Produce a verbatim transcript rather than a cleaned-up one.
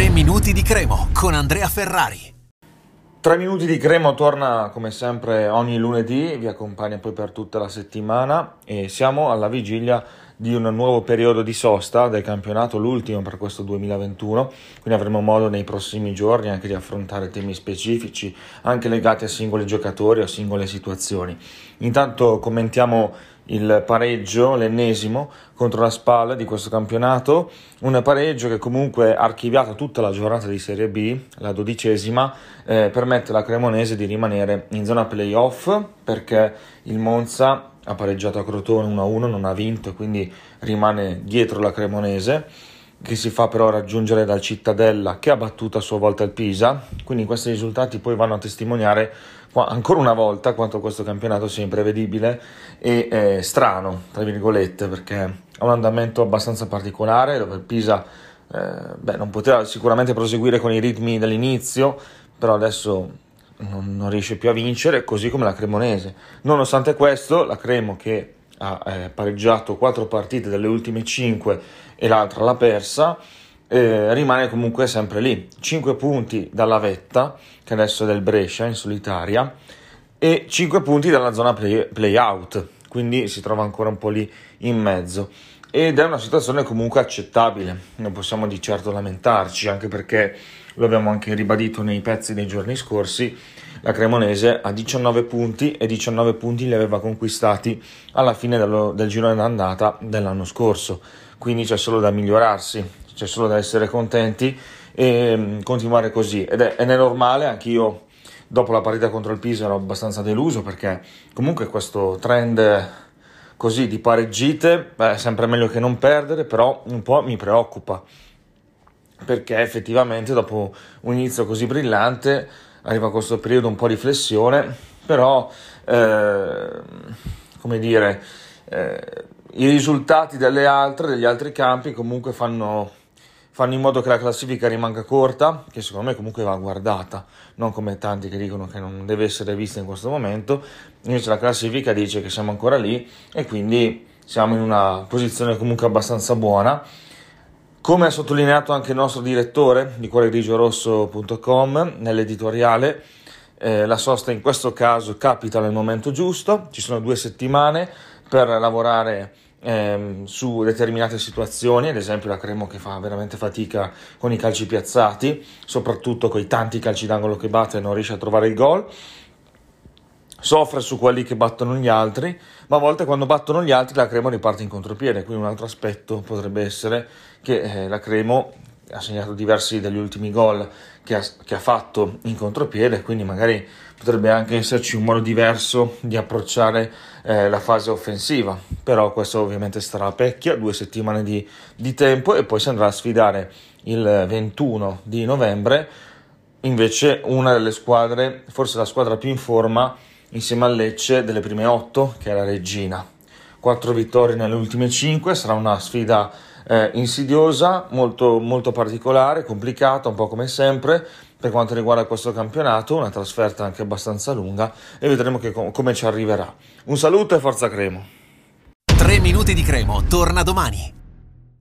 tre minuti di Cremo con Andrea Ferrari. tre minuti di Cremo torna come sempre ogni lunedì, vi accompagna poi per tutta la settimana e siamo alla vigilia di un nuovo periodo di sosta del campionato, l'ultimo per questo duemilaventuno, quindi avremo modo nei prossimi giorni anche di affrontare temi specifici anche legati a singoli giocatori o a singole situazioni. Intanto commentiamo il pareggio, l'ennesimo contro la Spal di questo campionato, un pareggio che comunque archiviata tutta la giornata di Serie B, la dodicesima, eh, permette alla Cremonese di rimanere in zona playoff perché il Monza ha pareggiato a Crotone uno a uno, non ha vinto e quindi rimane dietro la Cremonese, che si fa però raggiungere dal Cittadella che ha battuto a sua volta il Pisa. Quindi questi risultati poi vanno a testimoniare ancora una volta quanto questo campionato sia imprevedibile e eh, strano, tra virgolette, perché ha un andamento abbastanza particolare dove il Pisa eh, beh, non poteva sicuramente proseguire con i ritmi dell'inizio, però adesso non, non riesce più a vincere, così come la Cremonese. Nonostante questo, la Cremo, che ha eh, pareggiato quattro partite delle ultime cinque e l'altra l'ha persa, eh, rimane comunque sempre lì, cinque punti dalla vetta, che adesso è del Brescia in solitaria, e cinque punti dalla zona play, play out, quindi si trova ancora un po' lì in mezzo ed è una situazione comunque accettabile, non possiamo di certo lamentarci, anche perché lo abbiamo anche ribadito nei pezzi dei giorni scorsi, la Cremonese ha diciannove punti e diciannove punti li aveva conquistati alla fine dello, del girone d'andata dell'anno scorso, quindi c'è solo da migliorarsi, c'è solo da essere contenti e mh, continuare così ed è, ed è normale. Anch'io dopo la partita contro il Pisa ero abbastanza deluso perché comunque questo trend così di pareggite beh, è sempre meglio che non perdere, però un po' mi preoccupa perché effettivamente dopo un inizio così brillante arriva questo periodo un po' di flessione, però eh, come dire eh, i risultati delle altre, degli altri campi comunque fanno, fanno in modo che la classifica rimanga corta, che secondo me comunque va guardata, non come tanti che dicono che non deve essere vista in questo momento. Invece la classifica dice che siamo ancora lì e quindi siamo in una posizione comunque abbastanza buona. Come ha sottolineato anche il nostro direttore di cuore grigio rosso punto com nell'editoriale, eh, la sosta in questo caso capita nel momento giusto, ci sono due settimane per lavorare ehm, su determinate situazioni, ad esempio la Cremo che fa veramente fatica con i calci piazzati, soprattutto con i tanti calci d'angolo che batte e non riesce a trovare il gol. Soffre su quelli che battono gli altri, ma a volte quando battono gli altri la Cremo riparte in contropiede, quindi un altro aspetto potrebbe essere che eh, la Cremo ha segnato diversi degli ultimi gol che ha, che ha fatto in contropiede, quindi magari potrebbe anche esserci un modo diverso di approcciare eh, la fase offensiva, però questo ovviamente starà a pecchia, due settimane di, di tempo e poi si andrà a sfidare il ventuno di novembre invece una delle squadre, forse la squadra più in forma insieme al Lecce delle prime otto, che è la Reggina. Quattro vittorie nelle ultime cinque, sarà una sfida eh, insidiosa, molto, molto particolare, complicata, un po' come sempre per quanto riguarda questo campionato, una trasferta anche abbastanza lunga e vedremo che, come ci arriverà. Un saluto e forza Cremo! tre minuti di Cremo torna domani.